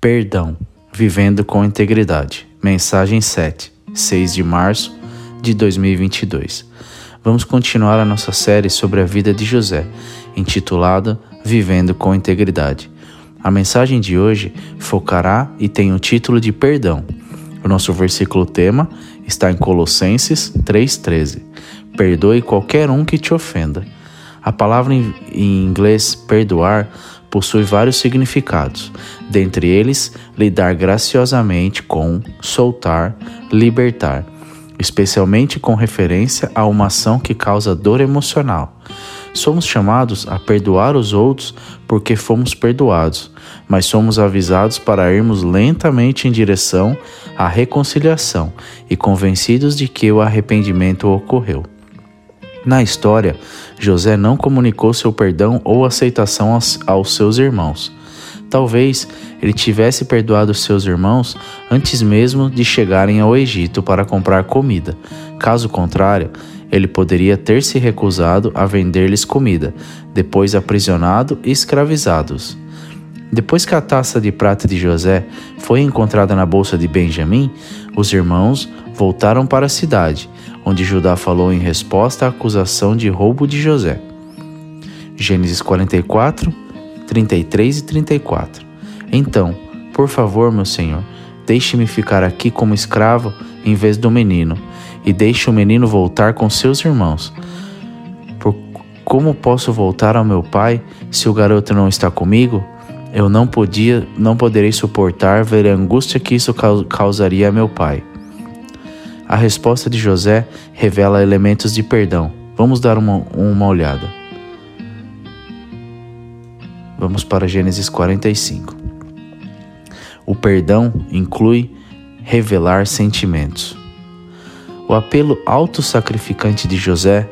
Perdão, vivendo com integridade. Mensagem 7, 6 de março de 2022. Vamos continuar a nossa série sobre a vida de José, intitulada Vivendo com Integridade. A mensagem de hoje focará e tem o título de Perdão. O nosso versículo tema está em Colossenses 3,13. Perdoe qualquer um que te ofenda. A palavra em inglês perdoar possui vários significados, dentre eles, lidar graciosamente com, soltar, libertar, especialmente com referência a uma ação que causa dor emocional. Somos chamados a perdoar os outros porque fomos perdoados, mas somos avisados para irmos lentamente em direção à reconciliação e convencidos de que o arrependimento ocorreu. Na história, José não comunicou seu perdão ou aceitação aos seus irmãos. Talvez ele tivesse perdoado seus irmãos antes mesmo de chegarem ao Egito para comprar comida. Caso contrário, ele poderia ter se recusado a vender-lhes comida, depois aprisionado e escravizados. Depois que a taça de prata de José foi encontrada na bolsa de Benjamim, os irmãos voltaram para a cidade, onde Judá falou em resposta à acusação de roubo de José. Gênesis 44, 33 e 34. Então, por favor, meu senhor, deixe-me ficar aqui como escravo em vez do menino, e deixe o menino voltar com seus irmãos. Como posso voltar ao meu pai se o garoto não está comigo? Eu não poderei suportar ver a angústia que isso causaria a meu pai. A resposta de José revela elementos de perdão. Vamos dar uma olhada. Vamos para Gênesis 45. O perdão inclui revelar sentimentos. O apelo autossacrificante de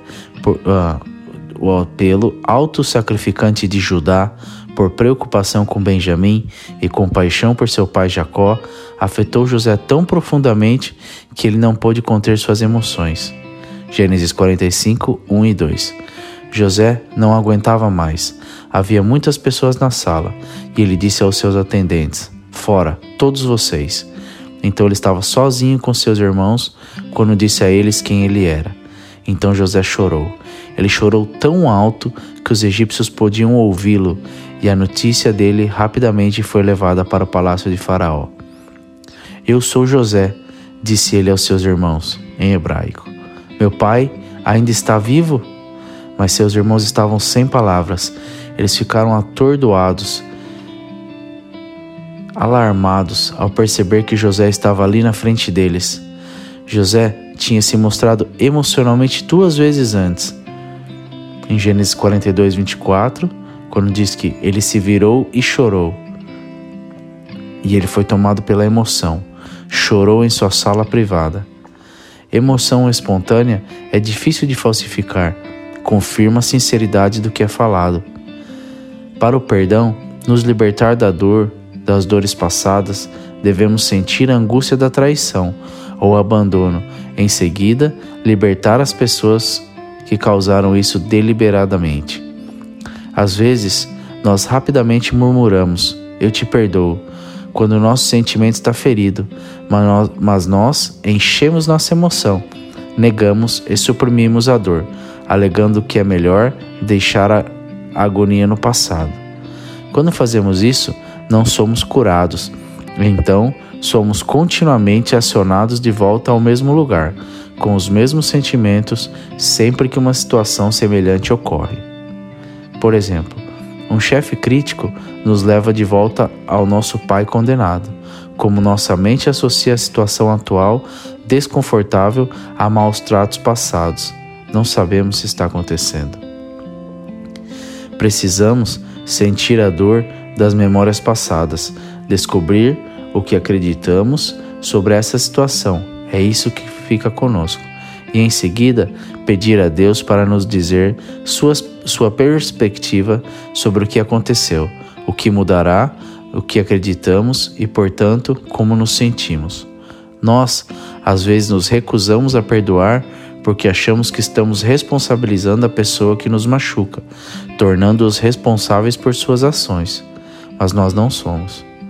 Judá por preocupação com Benjamim e compaixão por seu pai Jacó afetou José tão profundamente que ele não pôde conter suas emoções. Gênesis 45, 1 e 2. José não aguentava mais. Havia muitas pessoas na sala e ele disse aos seus atendentes: "Fora, todos vocês." Então ele estava sozinho com seus irmãos quando disse a eles quem ele era. Então José chorou. Ele chorou tão alto que os egípcios podiam ouvi-lo, e a notícia dele rapidamente foi levada para o palácio de Faraó. "Eu sou José", disse ele aos seus irmãos, em hebraico. "Meu pai ainda está vivo?" Mas seus irmãos estavam sem palavras. Eles ficaram atordoados, alarmados ao perceber que José estava ali na frente deles. José tinha se mostrado emocionalmente 2 vezes antes. Em Gênesis 42, 24, quando diz que ele se virou e chorou. E ele foi tomado pela emoção. Chorou em sua sala privada. Emoção espontânea é difícil de falsificar. Confirma a sinceridade do que é falado. Para o perdão, nos libertar da dor, das dores passadas, devemos sentir a angústia da traição ou abandono. Em seguida, libertar as pessoas que causaram isso deliberadamente. Às vezes, nós rapidamente murmuramos: "Eu te perdoo", quando o nosso sentimento está ferido, mas nós enchemos nossa emoção, negamos e suprimimos a dor, alegando que é melhor deixar a agonia no passado. Quando fazemos isso, não somos curados, então somos continuamente acionados de volta ao mesmo lugar, com os mesmos sentimentos, sempre que uma situação semelhante ocorre. Por exemplo, um chefe crítico nos leva de volta ao nosso pai condenado, como nossa mente associa a situação atual desconfortável a maus tratos passados. Não sabemos se está acontecendo. Precisamos sentir a dor das memórias passadas, descobrir o que acreditamos sobre essa situação. É isso que fica conosco. E em seguida, pedir a Deus para nos dizer sua perspectiva sobre o que aconteceu, o que mudará, o que acreditamos e, portanto, como nos sentimos. Nós, às vezes, nos recusamos a perdoar porque achamos que estamos responsabilizando a pessoa que nos machuca, tornando-os responsáveis por suas ações. Mas nós não somos.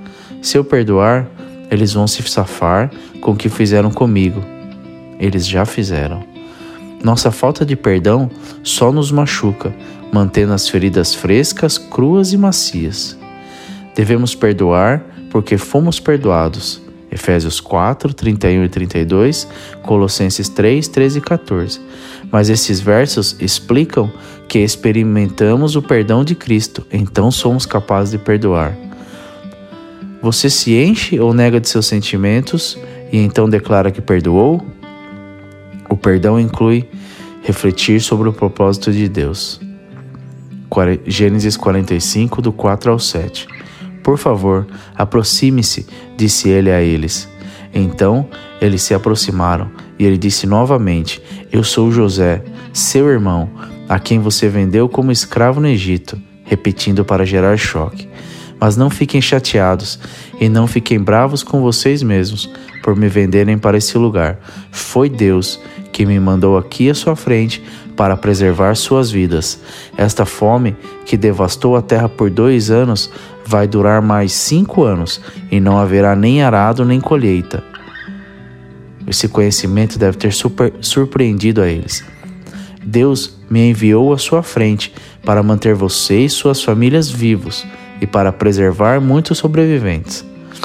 Se eu perdoar, eles vão se safar com o que fizeram comigo. Eles já fizeram. Nossa falta de perdão só nos machuca, mantendo as feridas frescas, cruas e macias. Devemos perdoar porque fomos perdoados. Efésios 4, 31 e 32, Colossenses 3, 13 e 14. Mas esses versos explicam que experimentamos o perdão de Cristo, então somos capazes de perdoar. Você se enche ou nega de seus sentimentos e então declara que perdoou? O perdão inclui refletir sobre o propósito de Deus. Gênesis 45, do 4 ao 7. Por favor, aproxime-se, disse ele a eles. Então, eles se aproximaram, e ele disse novamente: Eu sou José, seu irmão, a quem você vendeu como escravo no Egito, repetindo para gerar choque. Mas não fiquem chateados, e não fiquem bravos com vocês mesmos, por me venderem para esse lugar. Foi Deus que me mandou aqui à sua frente para preservar suas vidas. Esta fome, que devastou a terra por 2 anos, vai durar mais 5 anos, e não haverá nem arado nem colheita. Esse conhecimento deve ter surpreendido a eles. Deus me enviou à sua frente para manter você e suas famílias vivos e para preservar muitos sobreviventes.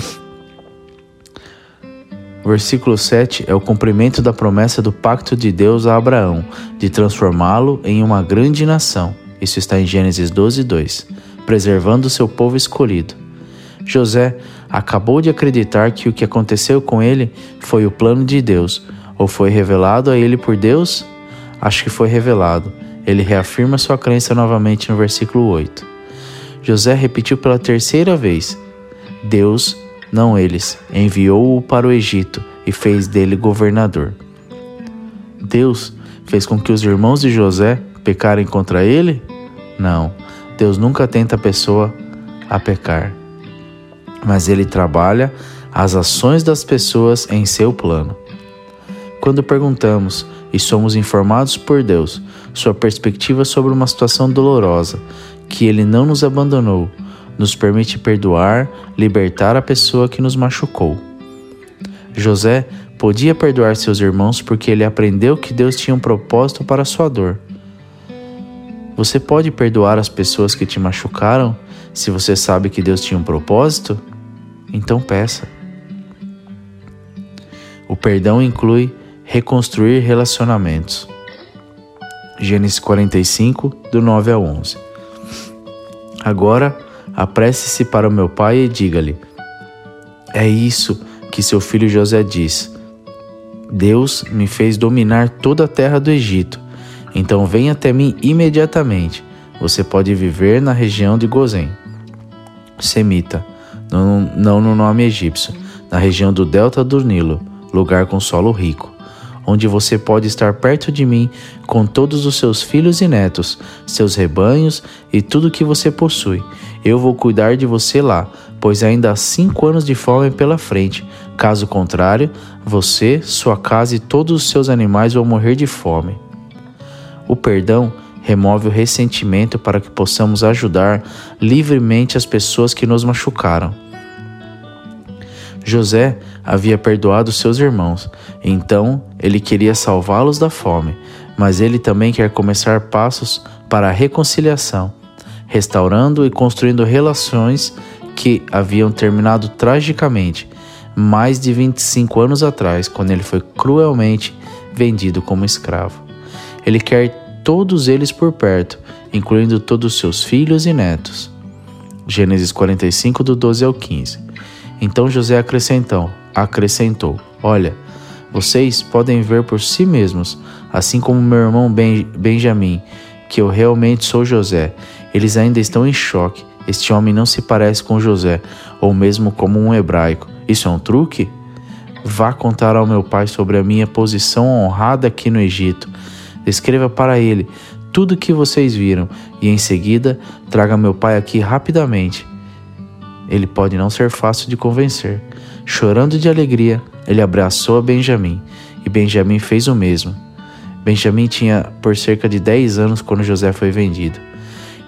O versículo 7 é o cumprimento da promessa do pacto de Deus a Abraão, de transformá-lo em uma grande nação. Isso está em Gênesis 12, 2, preservando o seu povo escolhido. José acabou de acreditar que o que aconteceu com ele foi o plano de Deus, ou foi revelado a ele por Deus? Acho que foi revelado. Ele reafirma sua crença novamente no versículo 8. José repetiu pela 3ª vez: Deus, não eles, enviou-o para o Egito e fez dele governador. Deus fez com que os irmãos de José pecarem contra ele? Não, Deus nunca tenta a pessoa a pecar, mas ele trabalha as ações das pessoas em seu plano. Quando perguntamos e somos informados por Deus sua perspectiva sobre uma situação dolorosa, que ele não nos abandonou, nos permite perdoar, libertar a pessoa que nos machucou. José podia perdoar seus irmãos porque ele aprendeu que Deus tinha um propósito para a sua dor. Você pode perdoar as pessoas que te machucaram se você sabe que Deus tinha um propósito? Então peça. O perdão inclui reconstruir relacionamentos. Gênesis 45, do 9 ao 11. Agora, apresse-se para o meu pai e diga-lhe: é isso que seu filho José diz. Deus me fez dominar toda a terra do Egito. Então venha até mim imediatamente. Você pode viver na região de Gozém, semita, não no nome egípcio, na região do delta do Nilo, lugar com solo rico, onde você pode estar perto de mim com todos os seus filhos e netos, seus rebanhos e tudo que você possui. Eu vou cuidar de você lá, pois ainda há 5 anos de fome pela frente. Caso contrário, você, sua casa e todos os seus animais vão morrer de fome. O perdão remove o ressentimento para que possamos ajudar livremente as pessoas que nos machucaram. José havia perdoado seus irmãos, então ele queria salvá-los da fome, mas ele também quer começar passos para a reconciliação, restaurando e construindo relações que haviam terminado tragicamente mais de 25 anos atrás, quando ele foi cruelmente vendido como escravo. Ele quer todos eles por perto, incluindo todos os seus filhos e netos. Gênesis 45, do 12 ao 15. Então José acrescentou: olha, vocês podem ver por si mesmos, assim como meu irmão Benjamim, que eu realmente sou José. Eles ainda estão em choque. Este homem não se parece com José, ou mesmo como um hebraico. Isso é um truque? Vá contar ao meu pai sobre a minha posição honrada aqui no Egito. Descreva para ele tudo o que vocês viram e em seguida traga meu pai aqui rapidamente. Ele pode não ser fácil de convencer. Chorando de alegria, ele abraçou a Benjamim e Benjamim fez o mesmo. Benjamim tinha por cerca de 10 anos quando José foi vendido.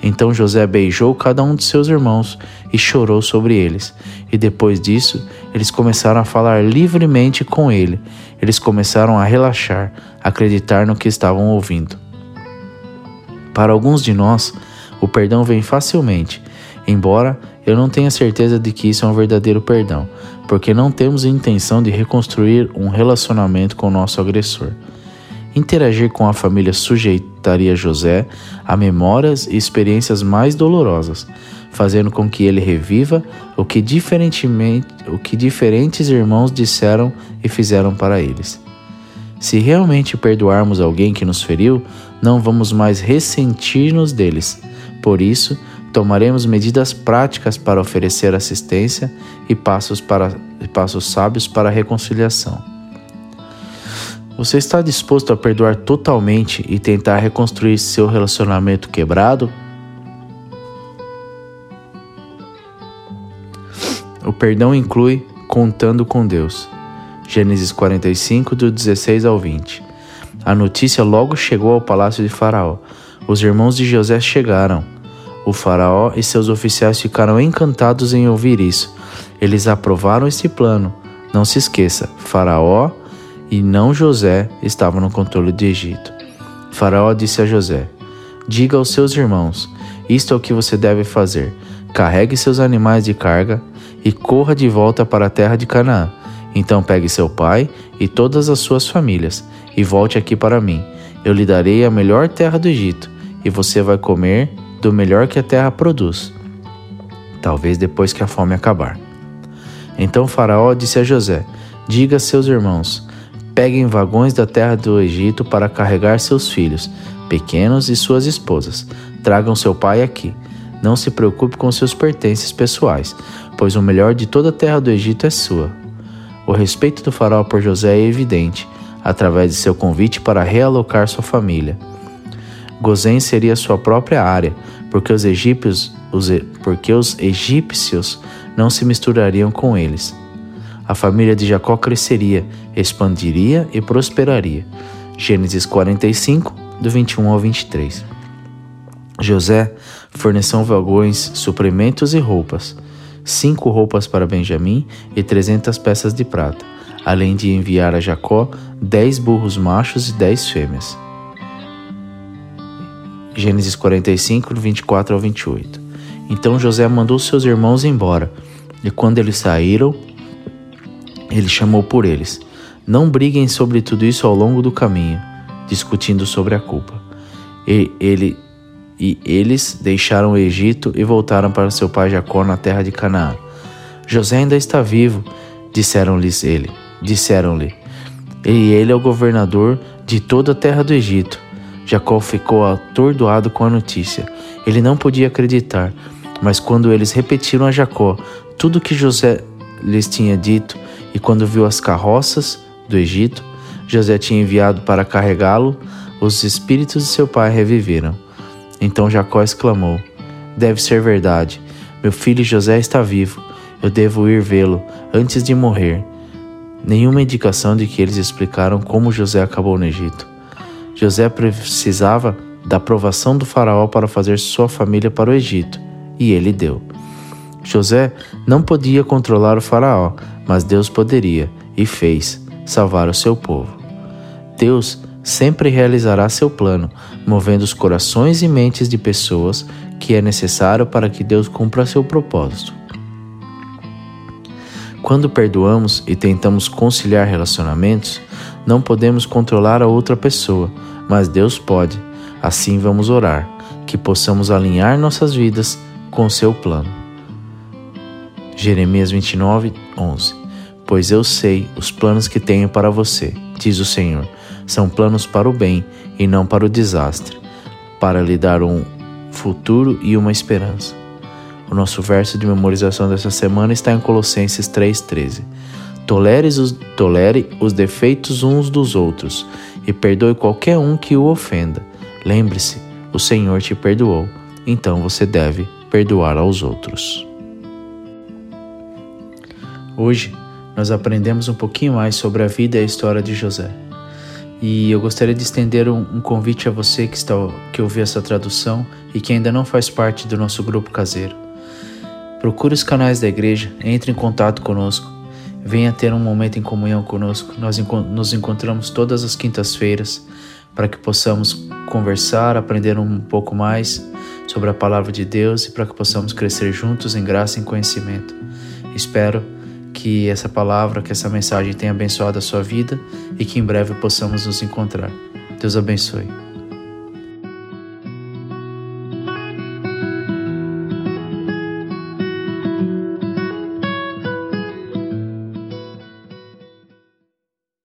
Então José beijou cada um de seus irmãos e chorou sobre eles. E depois disso, eles começaram a falar livremente com ele. Eles começaram a relaxar, a acreditar no que estavam ouvindo. Para alguns de nós, o perdão vem facilmente, embora eu não tenha certeza de que isso é um verdadeiro perdão, porque não temos a intenção de reconstruir um relacionamento com o nosso agressor. Interagir com a família sujeitaria José a memórias e experiências mais dolorosas, fazendo com que ele reviva o que diferentes irmãos disseram e fizeram para eles. Se realmente perdoarmos alguém que nos feriu, não vamos mais ressentir-nos deles. Por isso, tomaremos medidas práticas para oferecer assistência e passos sábios para a reconciliação. Você está disposto a perdoar totalmente e tentar reconstruir seu relacionamento quebrado? O perdão inclui contando com Deus. Gênesis 45, do 16 ao 20. A notícia logo chegou ao palácio de Faraó. Os irmãos de José chegaram. O Faraó e seus oficiais ficaram encantados em ouvir isso. Eles aprovaram esse plano. Não se esqueça, Faraó e não José estavam no controle do Egito. Faraó disse a José: diga aos seus irmãos, isto é o que você deve fazer. Carregue seus animais de carga e corra de volta para a terra de Canaã. Então pegue seu pai e todas as suas famílias e volte aqui para mim. Eu lhe darei a melhor terra do Egito e você vai comer do melhor que a terra produz, talvez depois que a fome acabar. Então Faraó disse a José: diga a seus irmãos, peguem vagões da terra do Egito para carregar seus filhos, pequenos e suas esposas. Tragam seu pai aqui. Não se preocupe com seus pertences pessoais, pois o melhor de toda a terra do Egito é sua. O respeito do faraó por José é evidente, através de seu convite para realocar sua família. Gozém seria sua própria área, porque os egípcios não se misturariam com eles. A família de Jacó cresceria, expandiria e prosperaria. Gênesis 45, do 21 ao 23. José forneceu vagões, suprimentos e roupas. 5 roupas para Benjamim e 300 peças de prata, além de enviar a Jacó 10 burros machos e 10 fêmeas. Gênesis 45, do 24 ao 28. Então José mandou seus irmãos embora, e quando eles saíram, ele chamou por eles: não briguem sobre tudo isso ao longo do caminho, discutindo sobre a culpa. Eles deixaram o Egito e voltaram para seu pai Jacó na terra de Canaã. José ainda está vivo, disseram-lhe, e ele é o governador de toda a terra do Egito. Jacó ficou atordoado com a notícia. Ele não podia acreditar, mas quando eles repetiram a Jacó tudo que José lhes tinha dito, e quando viu as carroças do Egito, José tinha enviado para carregá-lo, os espíritos de seu pai reviveram. Então Jacó exclamou: deve ser verdade, meu filho José está vivo, eu devo ir vê-lo antes de morrer. Nenhuma indicação de que eles explicaram como José acabou no Egito. José precisava da aprovação do faraó para fazer sua família para o Egito, e ele deu. José não podia controlar o faraó, mas Deus poderia, e fez, salvar o seu povo. Deus sempre realizará seu plano, movendo os corações e mentes de pessoas que é necessário para que Deus cumpra seu propósito. Quando perdoamos e tentamos conciliar relacionamentos, não podemos controlar a outra pessoa, mas Deus pode. Assim vamos orar, que possamos alinhar nossas vidas com seu plano. Jeremias 29, 11. Pois eu sei os planos que tenho para você, diz o Senhor. São planos para o bem e não para o desastre, para lhe dar um futuro e uma esperança. O nosso verso de memorização dessa semana está em Colossenses 3,13. Tolere os defeitos uns dos outros e perdoe qualquer um que o ofenda. Lembre-se, o Senhor te perdoou, então você deve perdoar aos outros. Hoje, nós aprendemos um pouquinho mais sobre a vida e a história de José. E eu gostaria de estender um convite a você que ouviu essa tradução e que ainda não faz parte do nosso grupo caseiro. Procure os canais da igreja, entre em contato conosco, venha ter um momento em comunhão conosco. Nós nos encontramos todas as quintas-feiras para que possamos conversar, aprender um pouco mais sobre a palavra de Deus e para que possamos crescer juntos em graça e em conhecimento. Espero que essa palavra, que essa mensagem tenha abençoado a sua vida e que em breve possamos nos encontrar. Deus abençoe.